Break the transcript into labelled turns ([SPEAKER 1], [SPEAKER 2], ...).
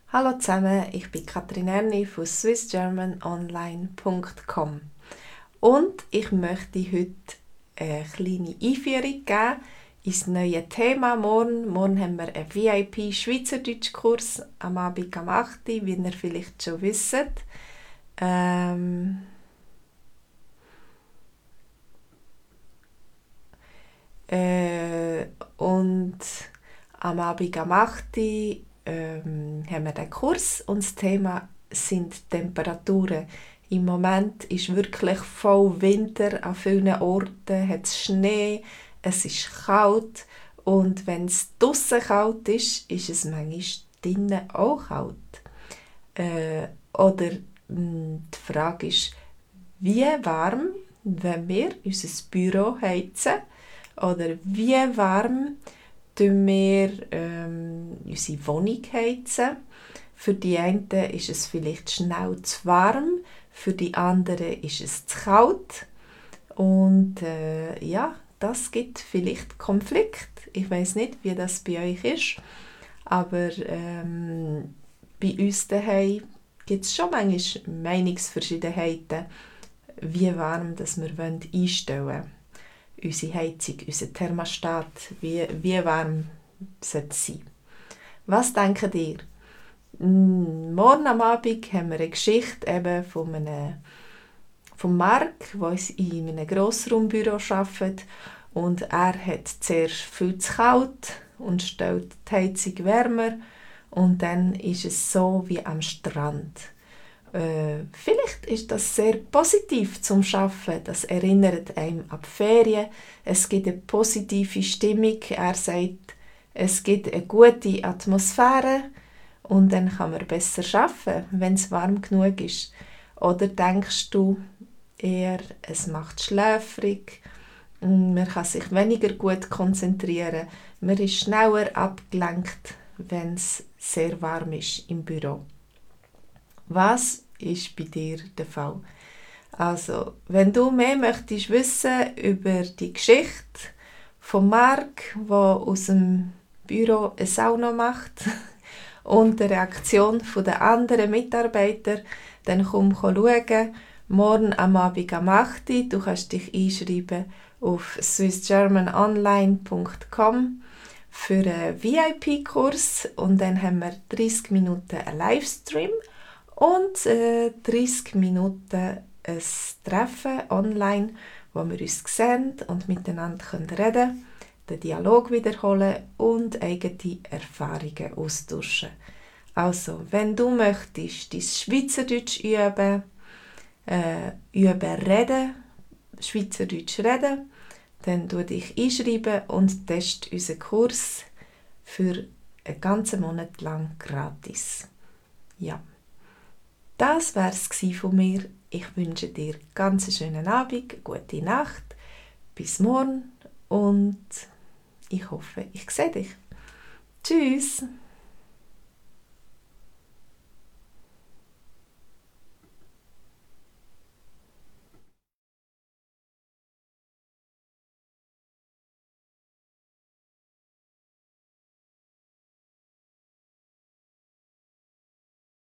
[SPEAKER 1] Hallo zusammen, ich bin Katrin Erni von swissgermanonline.com und ich möchte heute eine kleine Einführung geben ins neue Thema morgen. Morgen haben wir einen VIP-Schweizerdeutsch-Kurs am Abend am 8. wie ihr vielleicht schon wisst. Und am Abend am 8. haben wir den Kurs und das Thema sind Temperaturen. Im Moment ist wirklich voll Winter, an vielen Orten hat es Schnee, es ist kalt und wenn es draussen kalt ist es manchmal drinnen auch kalt. Oder die Frage ist, wie warm, wenn wir unser Büro heizen, oder wie warm tun wir unsere Wohnung heizen. Für die einen ist es vielleicht schnell zu warm, für die anderen ist es zu kalt. Und das gibt vielleicht Konflikt. Ich weiß nicht, wie das bei euch ist, aber bei uns daheim gibt es schon manchmal Meinungsverschiedenheiten, wie warm das wir einstellen wollen. Unsere Heizung, unser Thermostat, wie warm sollte es sein. Was denkt ihr? Morgen am Abend haben wir eine Geschichte eben von Marc, der in einem Grossraumbüro arbeitet. Und er hat zuerst viel zu kalt und stellt die Heizung wärmer. Und dann ist es so wie am Strand. Vielleicht ist das sehr positiv zum Arbeiten. Das erinnert einem an die Ferien. Es gibt eine positive Stimmung. Er sagt, es gibt eine gute Atmosphäre und dann kann man besser arbeiten, wenn es warm genug ist. Oder denkst du eher, es macht schläfrig, man kann sich weniger gut konzentrieren, man ist schneller abgelenkt, wenn es sehr warm ist im Büro. Was ist bei dir der Fall? Also, wenn du mehr möchtest wissen über die Geschichte von Marc, der aus dem Büro eine Sauna macht und die Reaktion der anderen Mitarbeiter, dann komm schauen, morgen am Abend am 8. Du kannst dich einschreiben auf swissgermanonline.com für einen VIP-Kurs und dann haben wir 30 Minuten einen Livestream und 30 Minuten ein Treffen online, wo wir uns sehen und miteinander reden können, den Dialog wiederholen und eigene Erfahrungen austauschen. Also, wenn du möchtest, dein Schweizerdeutsch üben, reden, Schweizerdeutsch reden, dann tu dich einschreiben und teste unseren Kurs für einen ganzen Monat lang gratis. Ja. Das war es von mir. Ich wünsche dir einen ganz schönen Abend, gute Nacht, bis morgen und ich hoffe, ich sehe dich. Tschüss!